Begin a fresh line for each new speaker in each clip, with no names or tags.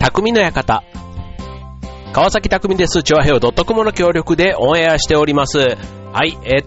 匠の館。川崎匠です。チョアヘオ.comの協力でオンエアしております。はい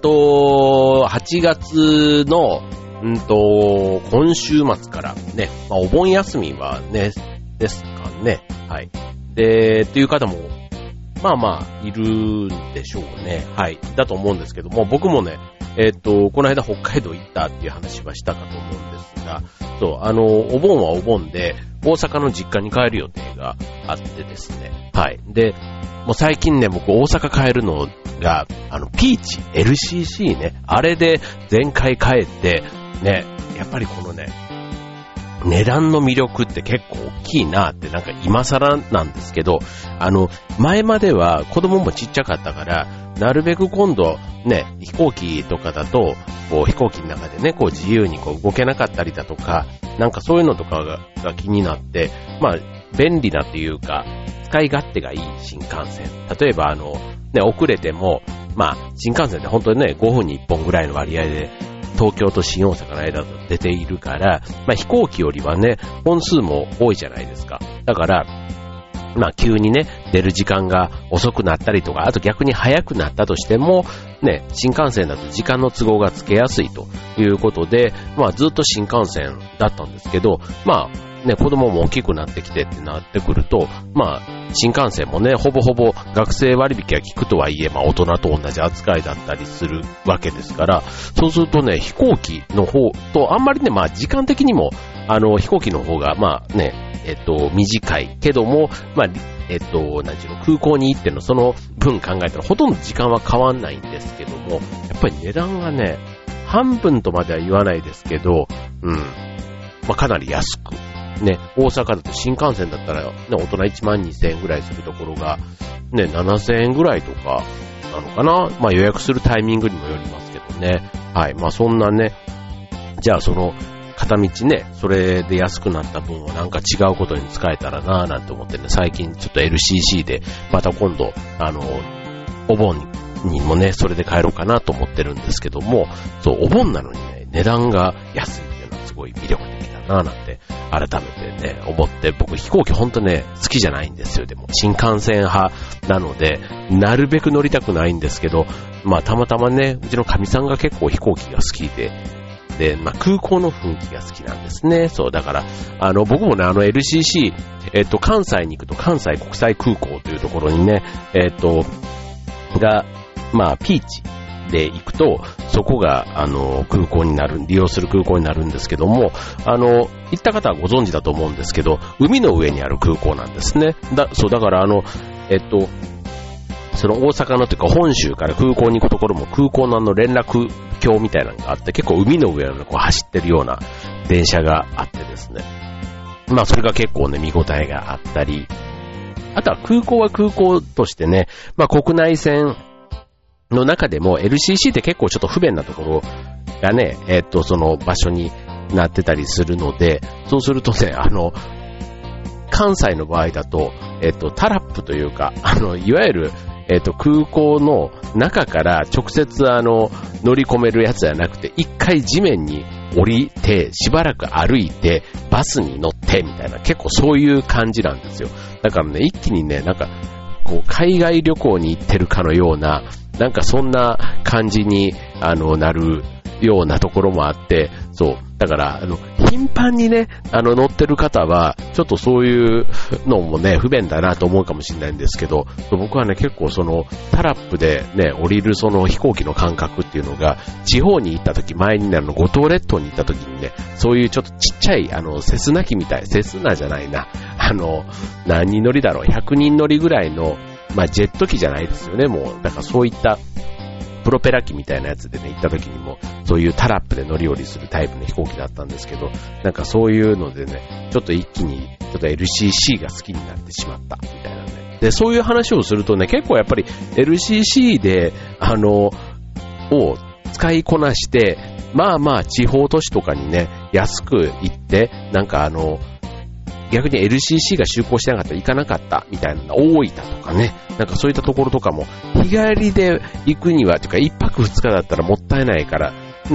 、8月の、今週末からね、お盆休みはね、ですかね。はい。で、っていう方も、いるんでしょうね。はい。だと思うんですけども、僕もね、この間北海道行ったっていう話はしたかと思うんですが、そう、お盆はお盆で、大阪の実家に帰る予定があってですね。はい。で、もう最近ね、僕大阪帰るのが、ピーチ、LCC ね、あれで前回帰って、ね、やっぱりこのね、値段の魅力って結構大きいなってなんか今更なんですけど、前までは子供もちっちゃかったから、なるべく今度ね、飛行機とかだと、こう飛行機の中でね、こう自由にこう動けなかったりだとか、なんかそういうのとかが気になって、便利なっていうか、使い勝手がいい新幹線。例えば遅れても、新幹線で本当にね、5分に1本ぐらいの割合で、東京と新大阪の間と出ているから、飛行機よりはね、本数も多いじゃないですか。だから、急にね、出る時間が遅くなったりとか、あと逆に早くなったとしても、ね、新幹線だと時間の都合がつけやすいということで、ずっと新幹線だったんですけど、ね、子供も大きくなってきてってなってくると、新幹線もね、ほぼほぼ学生割引が効くとはいえ、大人と同じ扱いだったりするわけですから、そうするとね、飛行機の方と、あんまりね、時間的にも、飛行機の方が、短いけども、空港に行ってのその分考えたら、ほとんど時間は変わんないんですけども、やっぱり値段がね、半分とまでは言わないですけど、かなり安く。ね、大阪だと新幹線だったら、ね、大人12,000円ぐらいするところが、ね、7,000円ぐらいとかなのかな。予約するタイミングにもよりますけどね。はい。そんなね、じゃあその、片道ね、それで安くなった分をなんか違うことに使えたらなぁなんて思ってね、最近ちょっと LCC で、また今度、お盆にもね、それで帰ろうかなと思ってるんですけども、そう、お盆なのにね、値段が安いっていうのはすごい魅力的だなぁなんて、改めてね、思って、僕飛行機ほんとね、好きじゃないんですよ。でも、新幹線派なので、なるべく乗りたくないんですけど、たまたまね、うちのかみさんが結構飛行機が好きで、空港の雰囲気が好きなんですね。そう、だから、僕もね、LCC、関西に行くと関西国際空港というところにね、ピーチで行くと、そこが、空港になる、利用する空港になるんですけども、行った方はご存知だと思うんですけど、海の上にある空港なんですね。だからその大阪のというか本州から空港に行くところも空港の連絡橋みたいなのがあって、結構海の上をこう走ってるような電車があってですね。それが結構ね、見応えがあったり、あとは空港は空港としてね、国内線の中でも LCC って結構ちょっと不便なところがね、その場所になってたりするので、そうするとね、関西の場合だと、タラップというか、いわゆる、空港の中から直接乗り込めるやつじゃなくて、一回地面に降りて、しばらく歩いて、バスに乗ってみたいな、結構そういう感じなんですよ。だからね、一気にね、なんか、こう、海外旅行に行ってるかのような、なんかそんな感じに、なるようなところもあって、そう。だから、頻繁にね、乗ってる方は、ちょっとそういうのもね、不便だなと思うかもしれないんですけど、僕はね、結構その、タラップでね、降りるその飛行機の感覚っていうのが、地方に行った時、前に五島列島に行った時にね、そういうちょっとちっちゃい、セスナ機みたい、セスナじゃないな、何人乗りだろう、100人乗りぐらいの、ジェット機じゃないですよね、もう。だからそういった、プロペラ機みたいなやつでね、行った時にも、そういうタラップで乗り降りするタイプの飛行機だったんですけど、なんかそういうのでね、ちょっと一気に、ちょっと LCC が好きになってしまった、みたいなね。で、そういう話をするとね、結構やっぱり LCC で、を使いこなして、地方都市とかにね、安く行って、なんか逆に LCC が就航してなかったら行かなかったみたいな、大分とかね、なんかそういったところとかも、日帰りで行くには、というか一泊二日だったらもったいないから、ね、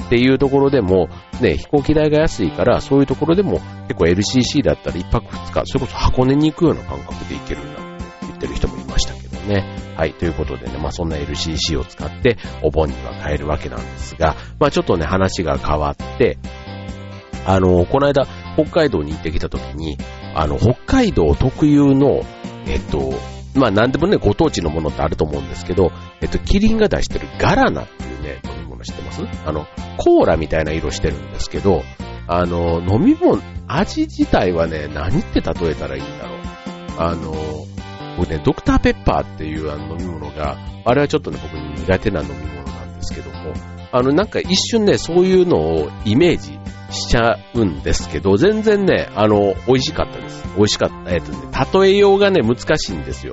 っていうところでも、ね、飛行機代が安いから、そういうところでも結構 LCC だったら1泊2日、それこそ箱根に行くような感覚で行けるなって言ってる人もいましたけどね。はい、ということでね、そんな LCC を使ってお盆には買えるわけなんですが、ちょっとね、話が変わって、この間、北海道に行ってきた時に、北海道特有の、なんでもね、ご当地のものってあると思うんですけど、キリンが出してるガラナっていうね、飲み物知ってます？コーラみたいな色してるんですけど、飲み物、味自体はね、何って例えたらいいんだろう。僕ね、ドクターペッパーっていう飲み物が、あれはちょっとね、僕に苦手な飲み物なんですけども、なんか一瞬ね、そういうのをイメージしちゃうんですけど、全然ね、美味しかったです。美味しかった。例えようがね、難しいんですよ。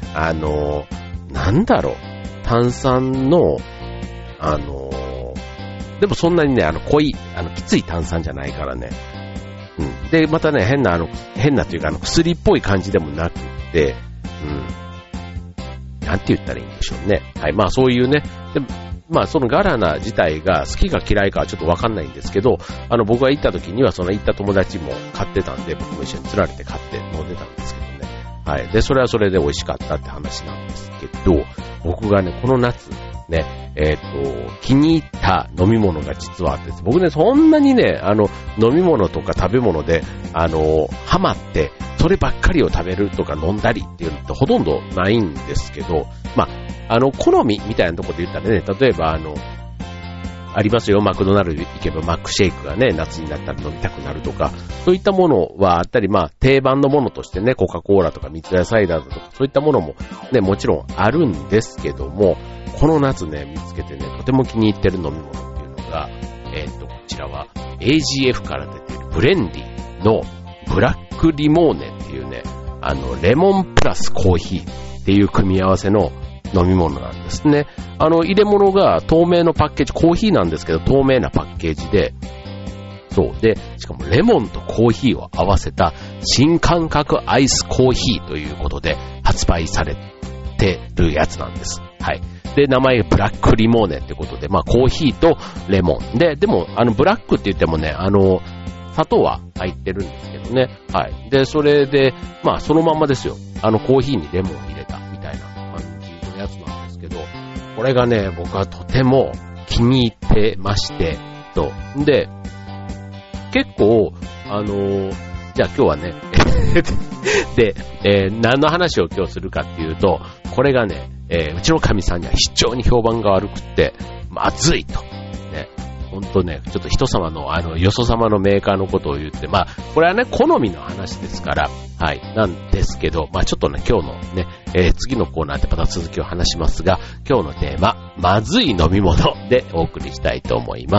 なんだろう。炭酸の、でもそんなにね、濃い、きつい炭酸じゃないからね。うん。で、またね、変なというか、薬っぽい感じでもなくって、なんて言ったらいいんでしょうね。はい。そういうね、でそのガラナ自体が好きか嫌いかはちょっとわかんないんですけど、僕が行った時にはその行った友達も買ってたんで、僕も一緒に釣られて買って飲んでたんですけどね。はい。で、それはそれで美味しかったって話なんですけど、僕がね、この夏、ね、気に入った飲み物が実はあって、僕ね、そんなにね、飲み物とか食べ物で、ハマって、そればっかりを食べるとか飲んだりっていうのってほとんどないんですけど、好みみたいなところで言ったらね、例えばありますよ、マクドナルド行けばマックシェイクがね、夏になったら飲みたくなるとか、そういったものはあったり、定番のものとしてね、コカ・コーラとか三ツ矢サイダーだとか、そういったものもね、もちろんあるんですけども、この夏ね、見つけてね、とても気に入ってる飲み物っていうのが、こちらは AGF から出ているブレンディのブラックリモーネっていうね、レモンプラスコーヒーっていう組み合わせの飲み物なんですね。入れ物が透明のパッケージ、コーヒーなんですけど透明なパッケージで、そうで、しかもレモンとコーヒーを合わせた新感覚アイスコーヒーということで発売されてるやつなんです。はい。で、名前がブラックリモーネってことで、コーヒーとレモンで、でもブラックって言ってもね、砂糖は入ってるんですけどね。はい。で、それで、そのまんまですよ。コーヒーにレモンを入れたみたいな感じのやつなんですけど、これがね、僕はとても気に入ってまして、で、結構、じゃあ今日はね、で、何の話を今日するかっていうと、これがね、うちの神さんには非常に評判が悪くって、まずいと。ね。ほんとね、ちょっと人様の、よそ様のメーカーのことを言って、これはね、好みの話ですから、はい、なんですけど、ちょっとね、今日のね、次のコーナーでまた続きを話しますが、今日のテーマ、まずい飲み物でお送りしたいと思います。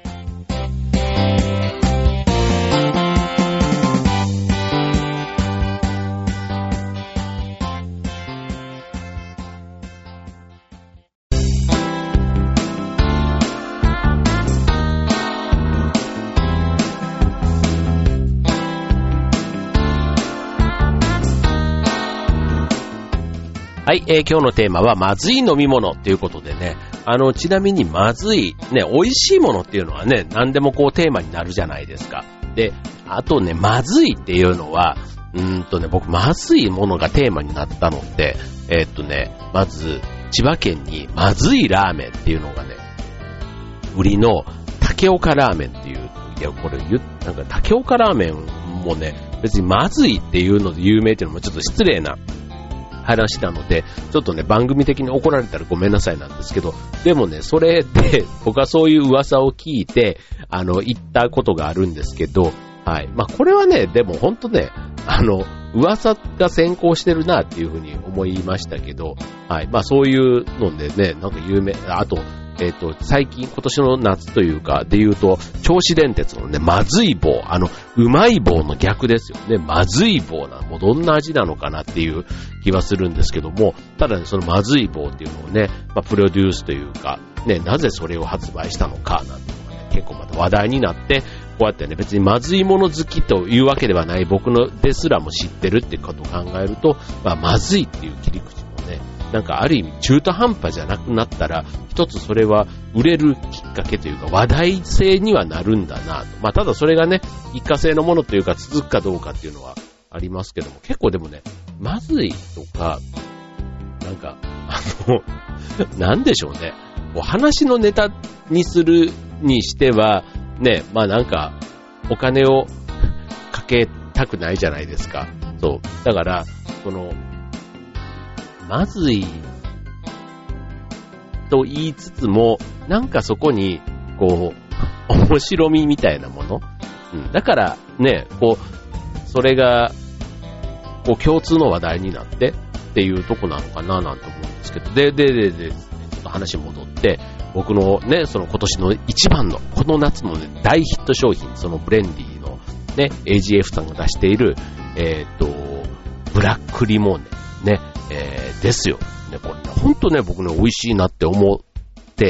はい、今日のテーマはまずい飲み物ということでね、ちなみにまずい、ね、美味しいものっていうのはね、何でもこうテーマになるじゃないですか。で、あとね、まずいっていうのは、僕まずいものがテーマになったのって、まず、千葉県にまずいラーメンっていうのがね、売りの竹岡ラーメンっていう、いや、これなんか竹岡ラーメンもね、別にまずいっていうので有名っていうのもちょっと失礼な話なので、ちょっとね、番組的に怒られたらごめんなさいなんですけど、でもね、それで、僕はそういう噂を聞いて、言ったことがあるんですけど、はい。これはね、でもほんとね、噂が先行してるなっていうふうに思いましたけど、はい。そういうのでね、なんか有名、あと、最近、今年の夏というか、で言うと、銚子電鉄のね、まずい棒、うまい棒の逆ですよね。まずい棒もうどんな味なのかなっていう気はするんですけども、ただね、そのまずい棒っていうのをね、プロデュースというか、ね、なぜそれを発売したのか、なんていうのがね、結構また話題になって、こうやってね、別にまずいもの好きというわけではない僕のですらも知ってるっていうことを考えると、まずいっていう切り口もね、 なんかある意味中途半端じゃなくなったら、一つそれは売れるきっかけというか話題性にはなるんだなと。まあただそれがね、一過性のものというか続くかどうかっていうのはありますけども、結構でもね、まずいとか、なんか、なんでしょうね。話のネタにするにしては、ね、まあなんか、お金をかけたくないじゃないですか。そう。だから、まずいと言いつつも、なんかそこに、面白みみたいなもの。うん。だからね、それが、共通の話題になってっていうとこなのかななんて思うんですけど。で、ちょっと話戻って、僕のね、その今年の一番の、この夏のね、大ヒット商品、そのブレンディのね、AGF さんが出している、ブラックリモーネ、ね、ですよ。ね、これね、ほんとね、僕ね、美味しいなって思って、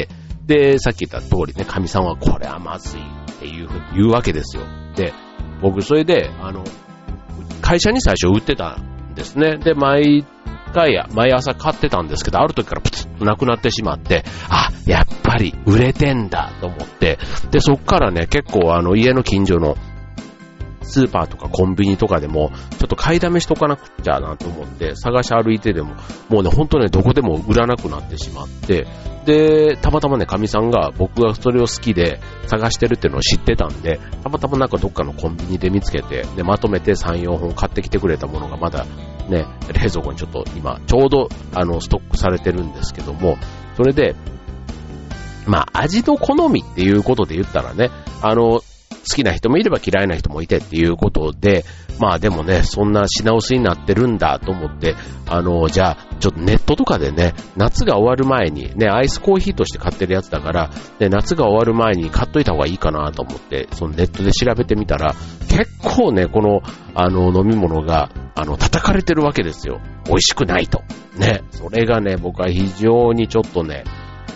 で、さっき言った通りね、神さんはこれはまずいっていうふうに言うわけですよ。で、僕それで、会社に最初売ってたんですね。で、毎朝買ってたんですけど、ある時からプツッとなくなってしまって、やっぱり売れてんだと思って、で、そっからね、結構家の近所のスーパーとかコンビニとかでも、ちょっと買いだめしとかなくちゃなと思って、探し歩いてでも、もうね、ほんとね、どこでも売らなくなってしまって、で、たまたまね、神さんが僕がそれを好きで探してるっていうのを知ってたんで、たまたまなんかどっかのコンビニで見つけて、で、まとめて3、4本買ってきてくれたものがまだね、冷蔵庫にちょっと今、ちょうどストックされてるんですけども、それで、まあ、味の好みっていうことで言ったらね、好きな人もいれば嫌いな人もいてっていうことで、まあでもね、そんな品薄になってるんだと思って、じゃあ、ちょっとネットとかでね、夏が終わる前に、ね、アイスコーヒーとして買ってるやつだから、ね、夏が終わる前に買っといた方がいいかなと思って、そのネットで調べてみたら、結構ね、この、飲み物が、叩かれてるわけですよ。美味しくないと。ね、それがね、僕は非常にちょっとね、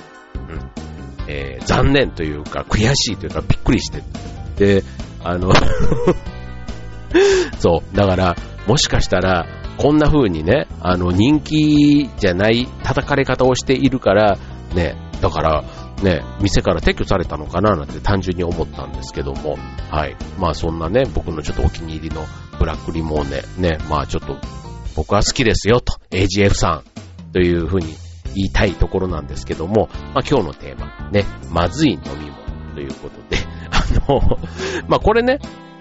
残念というか、悔しいというか、びっくりして、で、そう、だから、もしかしたら、こんな風にね、人気じゃない叩かれ方をしているから、ね、だから、ね、店から撤去されたのかななんて単純に思ったんですけども、はい。まあそんなね、僕のちょっとお気に入りのブラックリモーネ、ね、まあちょっと、僕は好きですよと、AGF さん、という風に言いたいところなんですけども、まあ今日のテーマ、ね、まずい飲み物ということで、まあこれね、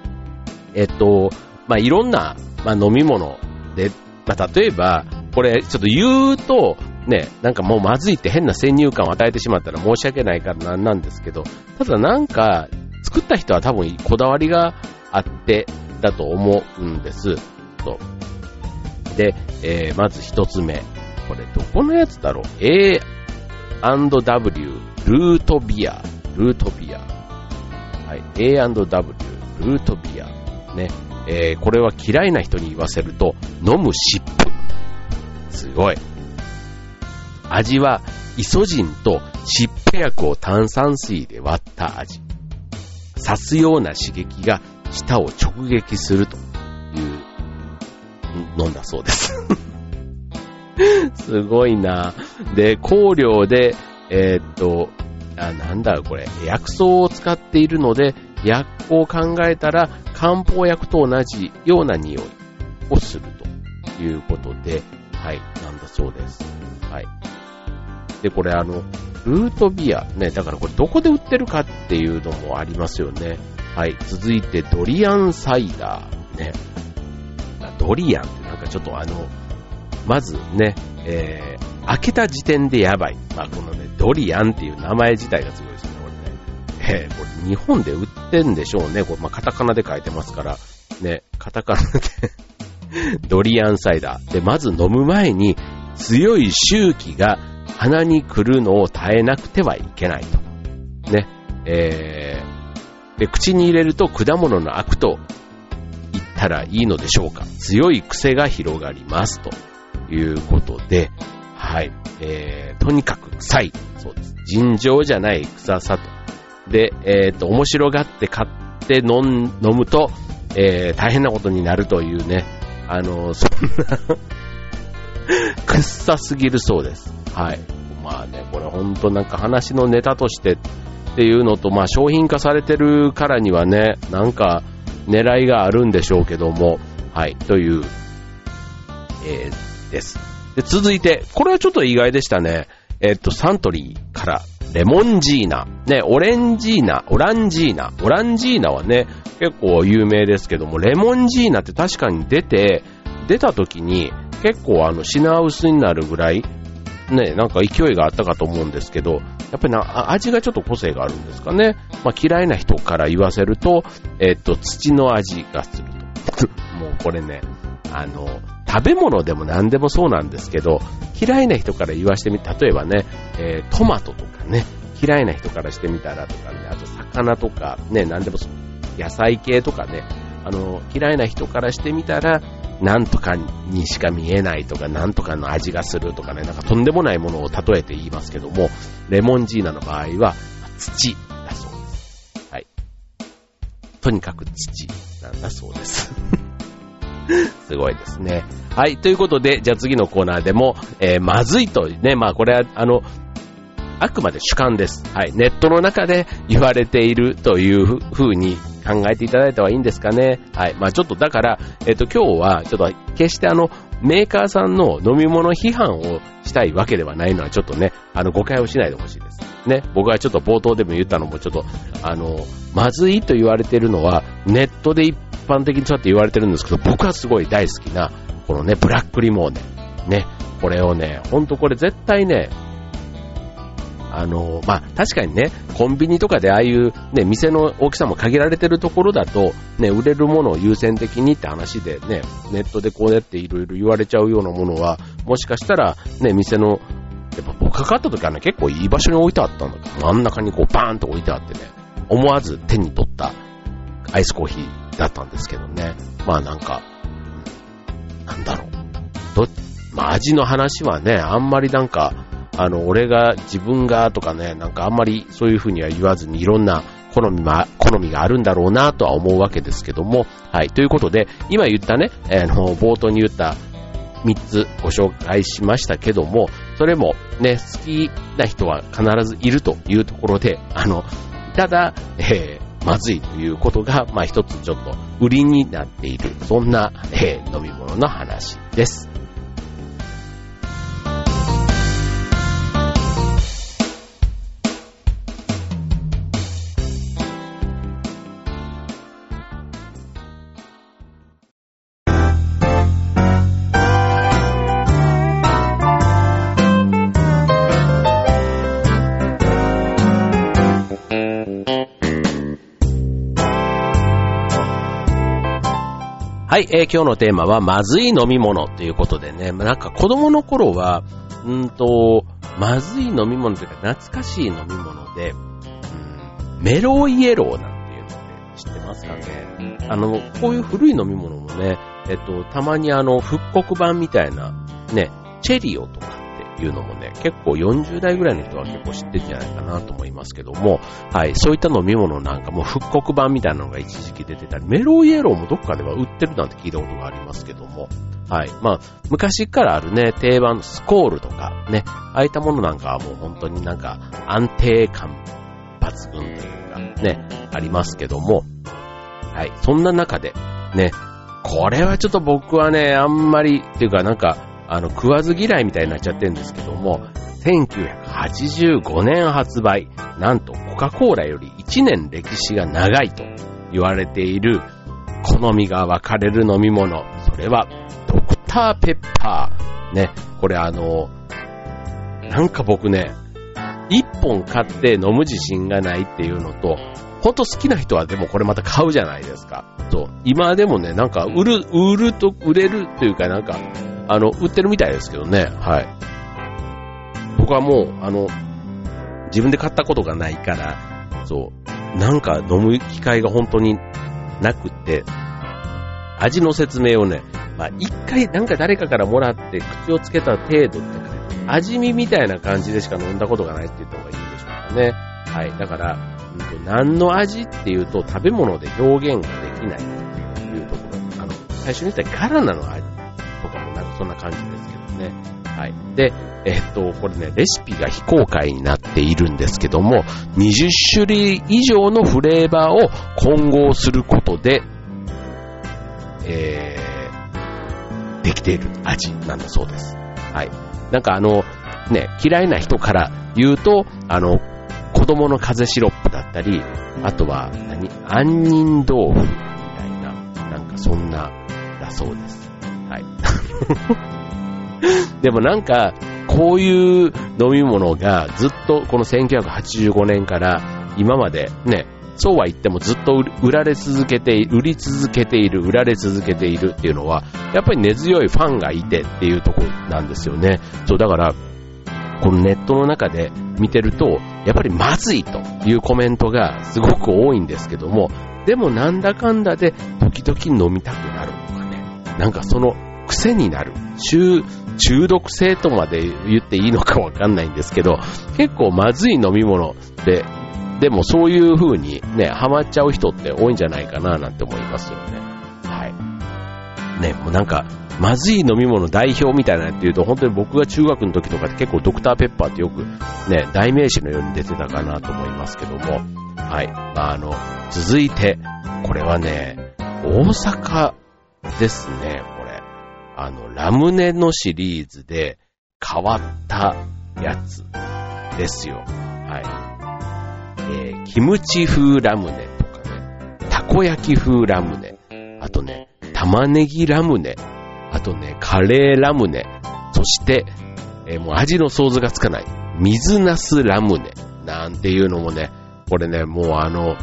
まあいろんな、まあ、飲み物で、まあ例えば、これちょっと言うと、ね、なんかもうまずいって変な先入観を与えてしまったら申し訳ないからなんですけど、ただなんか作った人は多分こだわりがあってだと思うんです。とで、まず一つ目。これどこのやつだろう ?A&W ルートビア。はい。A&W ルートビア。ね。これは嫌いな人に言わせると飲む湿布。すごい。味はイソジンと湿布薬を炭酸水で割った味。刺すような刺激が舌を直撃するという飲んだそうです。すごいな。で、香料でなんだこれ薬草を使っているので薬効を考えたら漢方薬と同じような匂いをするということで、はい、なんだそうです。はい。で、これルートビアね、だからこれどこで売ってるかっていうのもありますよね。はい、続いてドリアンサイダーね。ドリアンってなんかちょっとまずね、開けた時点でやばい。まあこのね、ドリアンっていう名前自体がすごいですね、これね。これ日本で売ってんでしょうね。これまあカタカナで書いてますから、ね、カタカナでドリアンサイダー。で、まず飲む前に強い臭気が鼻に来るのを耐えなくてはいけないと。ね。で、口に入れると果物の悪と言ったらいいのでしょうか。強い癖が広がりますということで、はい。とにかく臭い。そうです。尋常じゃない臭さと。で、面白がって買って飲むと、大変なことになるというね、そんな臭すぎるそうです。はい。まあね、これほんとなんか話のネタとしてっていうのと、まあ商品化されてるからにはね、なんか狙いがあるんでしょうけども、はい、という、です。で、続いて、これはちょっと意外でしたね。サントリーからレモンジーナ。ね、オランジーナはね、結構有名ですけども、レモンジーナって確かに出た時に結構品薄になるぐらい、ね、なんか勢いがあったかと思うんですけど、やっぱり味がちょっと個性があるんですかね。まあ嫌いな人から言わせると、土の味がすると。もうこれね、食べ物でも何でもそうなんですけど、嫌いな人から言わしてみ、例えばね、トマトとかね、嫌いな人からしてみたらとかね、あと魚とかね、何でも野菜系とかね、嫌いな人からしてみたら、なんとかにしか見えないとか、なんとかの味がするとかね、なんかとんでもないものを例えて言いますけども、レモンジーナの場合は土だそうです。はい。とにかく土なんだそうです。すごいですね。はい。ということで、じゃあ次のコーナーでも、まずいとね、まあこれはあくまで主観です。はい。ネットの中で言われているという風に考えていただいた方がいいんですかね。はい。まあちょっとだから、今日はちょっと決してメーカーさんの飲み物批判をしたいわけではないのはちょっとね、誤解をしないでほしいです。ね。僕はちょっと冒頭でも言ったのもちょっと、まずいと言われているのはネットで一般的にそうやって言われてるんですけど、僕はすごい大好きな、このね、ブラックリモーネ。ね。これをね、ほんとこれ絶対ね、まあ、確かにね、コンビニとかでああいうね、店の大きさも限られてるところだと、ね、売れるものを優先的にって話でね、ネットでこうやっていろいろ言われちゃうようなものは、もしかしたらね、店の、やっぱ僕が買った時はね、結構いい場所に置いてあったんだけど、真ん中にこうバーンと置いてあってね、思わず手に取ったアイスコーヒーだったんですけどね。まあなんか、なんだろう。まあ味の話はね、あんまりなんか、俺が自分がとかね、なんかあんまりそういう風には言わずにいろんな好みがあるんだろうなとは思うわけですけども、はい。ということで、今言ったね、冒頭に言った3つご紹介しましたけども、それもね、好きな人は必ずいるというところで、ただ、まずいということが、まあ一つちょっと売りになっている、そんな、飲み物の話です。はい、今日のテーマはまずい飲み物ということでね、なんか子供の頃は、まずい飲み物というか懐かしい飲み物で、メロイエローなんていうのって知ってますかね。こういう古い飲み物もね、たまに復刻版みたいな、ね、チェリオとかっていうのもね、結構40代ぐらいの人は結構知ってるんじゃないかなと思いますけども、はい、そういった飲み物なんかも復刻版みたいなのが一時期出てたり、メロイエローもどっかでは売ってるなんて聞いたことがありますけども、はい、まあ、昔からあるね、定番のスコールとかね、ああいったものなんかはもう本当になんか安定感抜群というかね、ありますけども、はい、そんな中でね、これはちょっと僕はね、あんまりっていうかなんか食わず嫌いみたいになっちゃってるんですけども、1985年発売、なんとコカ・コーラより1年歴史が長いと言われている好みが分かれる飲み物、それはドクターペッパーね。これなんか僕ね、1本買って飲む自信がないっていうのと、ほんと好きな人はでもこれまた買うじゃないですか。そう、今でもね、なんか売れるというかなんか売ってるみたいですけどね。はい。僕はもう自分で買ったことがないから、そうなんか飲む機会が本当になくって、味の説明をね、まあ一回なんか誰かからもらって口をつけた程度っていうかね、味見みたいな感じでしか飲んだことがないって言った方がいいんでしょうかね。はい。だから、何の味っていうと食べ物で表現ができないというところ。最初に言ったガラナの味とかもなんかそんな感じですけどね。はい。で、これね、レシピが非公開になっているんですけども、20種類以上のフレーバーを混合することで、できている味なんだそうです。はい。なんか嫌いな人から言うと、子供の風邪シロップだったり、あとは、杏仁豆腐みたいな、なんかそんな、だそうです。はい。でもなんか、こういう飲み物がずっとこの1985年から今までね、そうは言ってもずっと売られ続けて、売り続けている、売られ続けているっていうのは、やっぱり根強いファンがいてっていうところなんですよね。そう、だから、このネットの中で見てると、やっぱりまずいというコメントがすごく多いんですけども、でもなんだかんだで時々飲みたくなるとかね、なんかその癖になる、中毒性とまで言っていいのかわかんないんですけど、結構まずい飲み物でもそういう風にね、ハマっちゃう人って多いんじゃないかななんて思いますよね。はい。ね、もうなんか、まずい飲み物代表みたいなっていうと、本当に僕が中学の時とかって結構ドクターペッパーってよくね、代名詞のように出てたかなと思いますけども、はい。続いて、これはね、大阪ですね、これ。ラムネのシリーズで変わったやつですよ。はい。キムチ風ラムネとかね、たこ焼き風ラムネ、あとね、玉ねぎラムネ、あとね、カレーラムネ、そして、もう味の想像がつかない、水ナスラムネ、なんていうのもね、これね、もう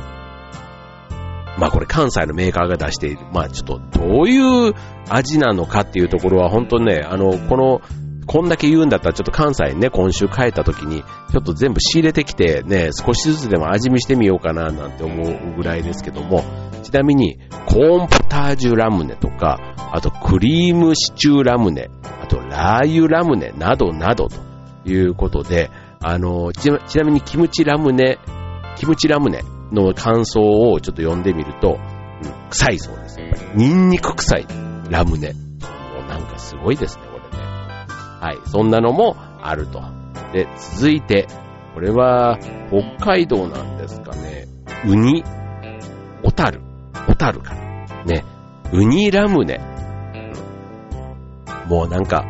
これ関西のメーカーが出している、ちょっとどういう味なのかっていうところは本当にね、こんだけ言うんだったらちょっと関西にね、今週帰った時に、ちょっと全部仕入れてきてね、少しずつでも味見してみようかななんて思うぐらいですけども、ちなみに、コーンポタージュラムネとか、あとクリームシチューラムネ、あとラー油ラムネなどなどということで、ちなみにキムチラムネの感想をちょっと読んでみると、臭いそうです。やっぱりニンニク臭いラムネ。もうなんかすごいですね、これね。はい、そんなのもあると。で、続いて、これは北海道なんですかね。ウニ、小樽からね、ウニラムネ。もうなんか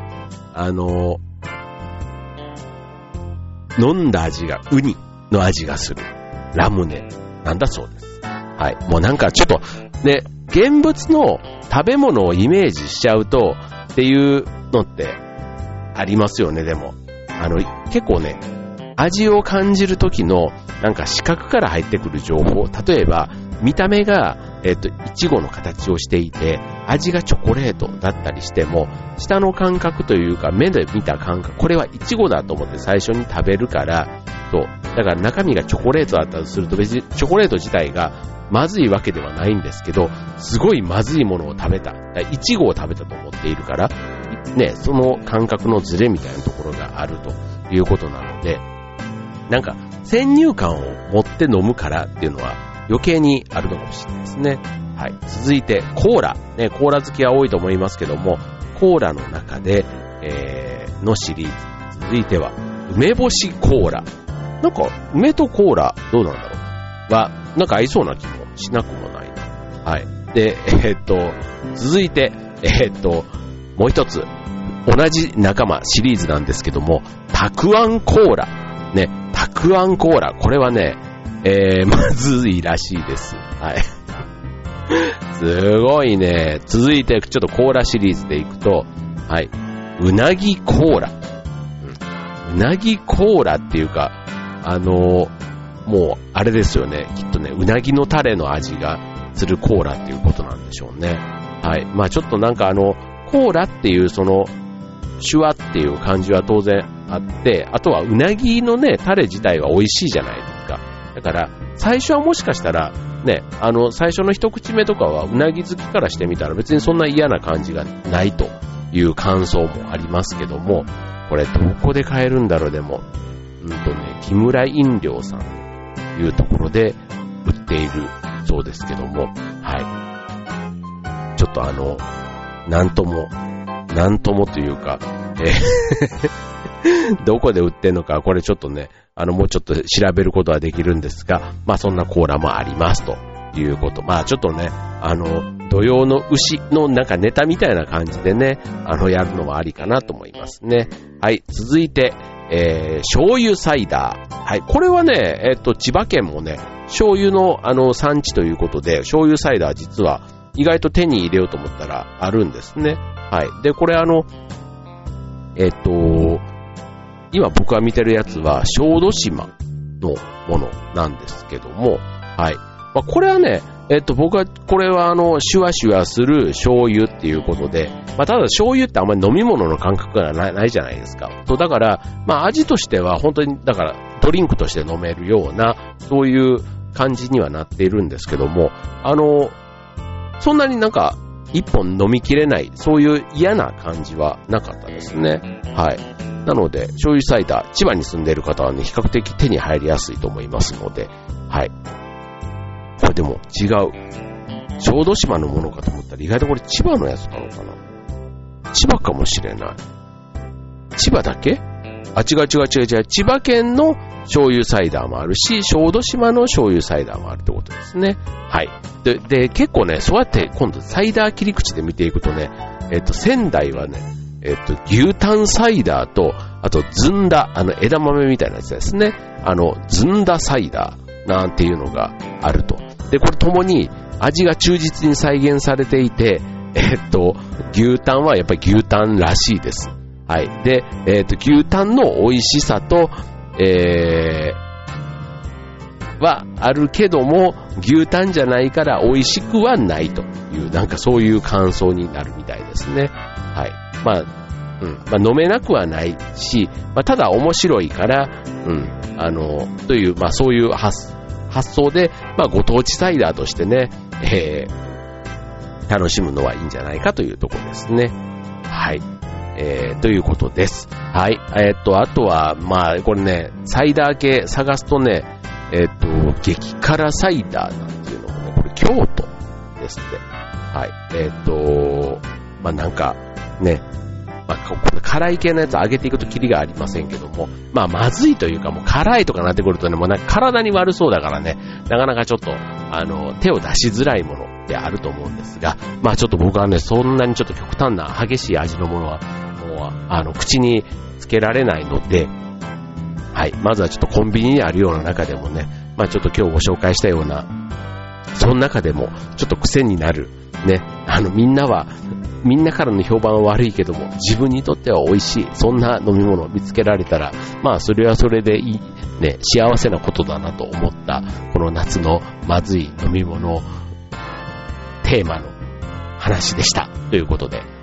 飲んだ味がウニの味がするラムネなんだそうです。はい。もうなんかちょっとね、現物の食べ物をイメージしちゃうとっていうのってありますよね。でも結構ね、味を感じる時のなんか視覚から入ってくる情報、例えば見た目がいちごの形をしていて味がチョコレートだったりしても、舌の感覚というか目で見た感覚、これはいちごだと思って最初に食べるからと、だから中身がチョコレートだったとすると、別にチョコレート自体がまずいわけではないんですけど、すごいまずいものを食べた、いちごを食べたと思っているからね、その感覚のズレみたいなところがあるということなので、なんか先入観を持って飲むからっていうのは余計にあるのかもしれないですね。はい。続いてコーラ、ね、コーラ好きは多いと思いますけども、コーラの中で、のシリーズ、続いては梅干しコーラ。なんか梅とコーラどうなんだろうはなんか合いそうな気もしなくもないな。はい。で、続いてもう一つ同じ仲間シリーズなんですけども、たくあんコーラね、たくあんコーラ、これはね、まずいらしいです。はい。すごいね。続いてちょっとコーラシリーズでいくと、はい、うなぎコーラ、うなぎコーラっていうか、もうあれですよね。きっとね、うなぎのタレの味がするコーラっていうことなんでしょうね。はい。ちょっとなんかコーラっていうそのシュワっていう感じは当然あって、あとはうなぎのね、タレ自体は美味しいじゃないですか。だから最初はもしかしたらね、最初の一口目とかはうなぎ好きからしてみたら別にそんな嫌な感じがないという感想もありますけども、これどこで買えるんだろう。でも木村飲料さんというところで売っているそうですけども、はい。ちょっとなんともというか、 どこで売ってんのか、これちょっとね、もうちょっと調べることはできるんですが、まあそんなコーラもありますということ。まあちょっとね、土曜の牛のなんかネタみたいな感じでね、やるのもありかなと思いますね。はい、続いて、醤油サイダー。はい、これはね、千葉県もね、醤油の産地ということで、醤油サイダー実は意外と手に入れようと思ったらあるんですね。はい。で、これ今僕が見てるやつは小豆島のものなんですけども、はい。まあ、これはね、僕は、これはシュワシュワする醤油っていうことで、まあ、ただ醤油ってあんまり飲み物の感覚がないじゃないですか。そう、だから、まあ、味としては本当に、だから、ドリンクとして飲めるような、そういう感じにはなっているんですけども、そんなになんか、一本飲みきれない、そういう嫌な感じはなかったですね。はい。なので、醤油サイダー、千葉に住んでいる方はね、比較的手に入りやすいと思いますので、はい。これでも違う。小豆島のものかと思ったら意外とこれ千葉のやつなのかな。千葉かもしれない。千葉だけ？あ、違う。千葉県の醤油サイダーもあるし、小豆島の醤油サイダーもあるってことですね。はい。で、結構ね、そうやって今度サイダー切り口で見ていくとね、仙台はね、牛タンサイダーと、あとずんだ、枝豆みたいなやつですね。ずんだサイダーなんていうのがあると。で、これともに味が忠実に再現されていて、牛タンはやっぱり牛タンらしいです。はい。で、牛タンの美味しさと、はあるけども、牛タンじゃないから美味しくはないという、なんかそういう感想になるみたいですね。はい。まあ、飲めなくはないし、まあ、ただ面白いから、という、まあそういう発想で、まあご当地サイダーとしてね、楽しむのはいいんじゃないかというところですね。はい。ということです。はい。あとは、まあ、これね、サイダー系探すとね、激辛サイダーなんていうのもね、これ京都ですって。はい。まあなんか、ね、まあ、辛い系のやつ上げていくとキリがありませんけども、まあまずいというかもう辛いとかなってくるとね、もうなんか体に悪そうだからね、なかなかちょっと、手を出しづらいものってあると思うんですが、まあちょっと僕はね、そんなにちょっと極端な激しい味のものは、もう、口につけられないので、はい、まずはちょっとコンビニにあるような中でもね、まあちょっと今日ご紹介したような、その中でもちょっと癖になる、ね、みんなからの評判は悪いけども、自分にとっては美味しい、そんな飲み物を見つけられたら、まあそれはそれでいい、ね、幸せなことだなと思った、この夏のまずい飲み物テーマの話でした。ということで。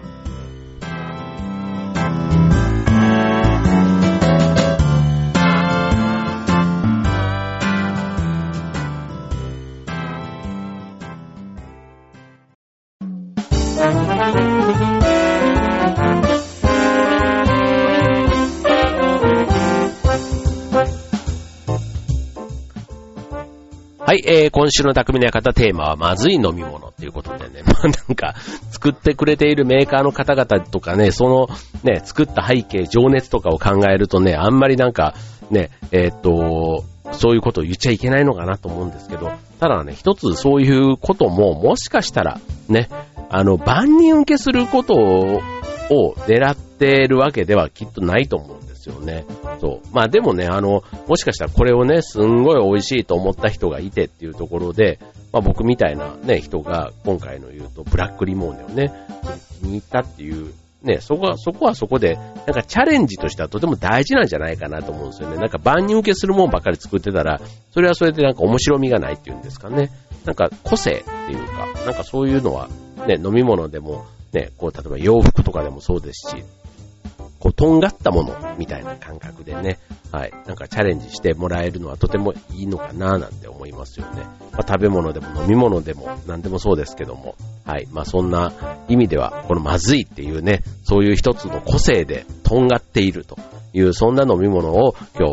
はい、今週の匠の館テーマはまずい飲み物ということでね、まあなんか作ってくれているメーカーの方々とかね、そのね、作った背景、情熱とかを考えるとね、あんまりなんかね、そういうことを言っちゃいけないのかなと思うんですけど、ただね、一つそういうことももしかしたらね、万人受けすることを狙ってるわけではきっとないと思うんですよね。そう。まあでもね、もしかしたらこれをね、すんごい美味しいと思った人がいてっていうところで、まあ僕みたいなね、人が今回の言うとブラックリモーネをね、気に入ったっていう、ね、そこはそこで、なんかチャレンジとしてはとても大事なんじゃないかなと思うんですよね。なんか万人受けするもんばっかり作ってたら、それはそれでなんか面白みがないっていうんですかね。なんか個性っていうか、なんかそういうのは、ね、飲み物でも、ね、こう、例えば洋服とかでもそうですし、こう、とんがったものみたいな感覚でね、はい、なんかチャレンジしてもらえるのはとてもいいのかななんて思いますよね。まあ、食べ物でも飲み物でも何でもそうですけども、はい、まあそんな意味では、このまずいっていうね、そういう一つの個性でとんがっているという、そんな飲み物を今日は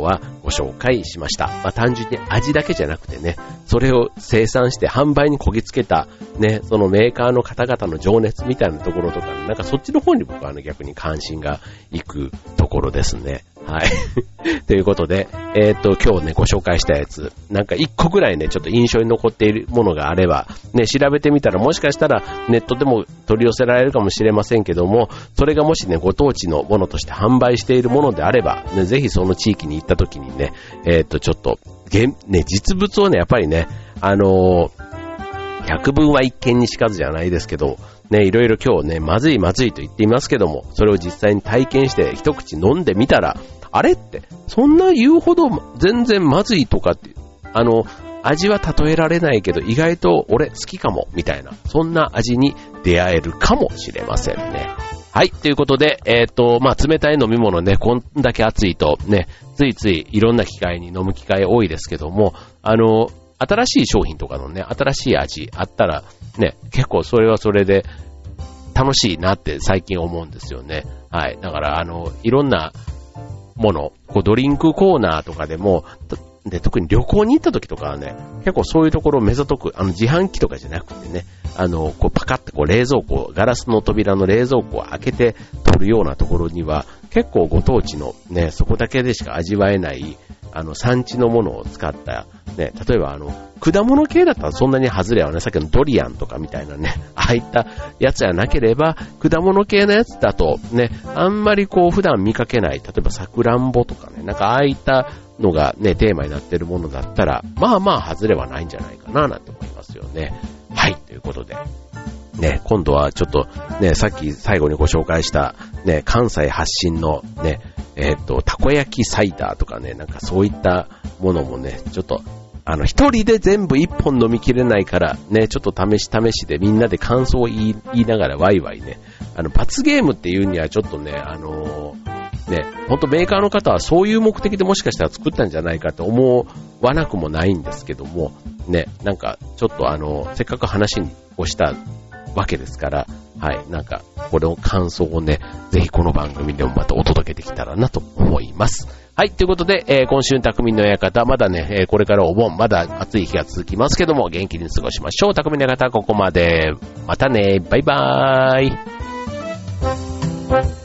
ご紹介しました。単純に味だけじゃなくてね、それを生産して販売にこぎつけたね、そのメーカーの方々の情熱みたいなところとか、なんかそっちの方に僕は逆に関心がいくところですね。はい。ということで、今日ね、ご紹介したやつ、なんか一個ぐらいね、ちょっと印象に残っているものがあれば、ね、調べてみたらもしかしたらネットでも取り寄せられるかもしれませんけども、それがもしね、ご当地のものとして販売しているものであれば、ね、ぜひその地域に行った時にね、ちょっと、ね、実物をね、やっぱりね、百聞は一見にしかずじゃないですけど、ね、いろいろ今日ね、まずいまずいと言っていますけども、それを実際に体験して一口飲んでみたら、あれって、そんな言うほど全然まずいとかって、味は例えられないけど、意外と俺好きかも、みたいな、そんな味に出会えるかもしれませんね。はい、ということで、冷たい飲み物ね、こんだけ暑いとね、ついついいろんな機会に飲む機会多いですけども、新しい商品とかのね、新しい味あったら、ね、結構それはそれで楽しいなって最近思うんですよね。はい。だから、いろんなもの、ドリンクコーナーとかでも、で、特に旅行に行った時とかはね、結構そういうところを目ざとく、自販機とかじゃなくてね、パカッと冷蔵庫、ガラスの扉の冷蔵庫を開けて取るようなところには、結構ご当地のね、そこだけでしか味わえない、産地のものを使った、ね、例えば果物系だったらそんなに外れはね、さっきのドリアンとかみたいなね、ああいったやつじゃなければ、果物系のやつだとね、あんまり普段見かけない、例えばさくらんぼとかね、なんかああいったのがね、テーマになってるものだったら、まあまあ外れはないんじゃないかな、なんて思いますよね。はい、ということで。ね、今度はちょっとね、さっき最後にご紹介したね、関西発信のね、たこ焼きサイダーとかね、なんかそういったものもね、ちょっと一人で全部一本飲みきれないからね、ちょっと試しでみんなで感想を言いながらワイワイね、罰ゲームっていうにはちょっとね、ね、ほんとメーカーの方はそういう目的でもしかしたら作ったんじゃないかと思わなくもないんですけども、ね、なんかちょっとせっかく話をしたわけですから、はい、なんかこれの感想をね、ぜひこの番組でもまたお届けできたらなと思います。はい、ということで、今週匠の館、まだね、これからお盆、まだ暑い日が続きますけども、元気に過ごしましょう。匠の館、ここまで。またね、バイバーイ。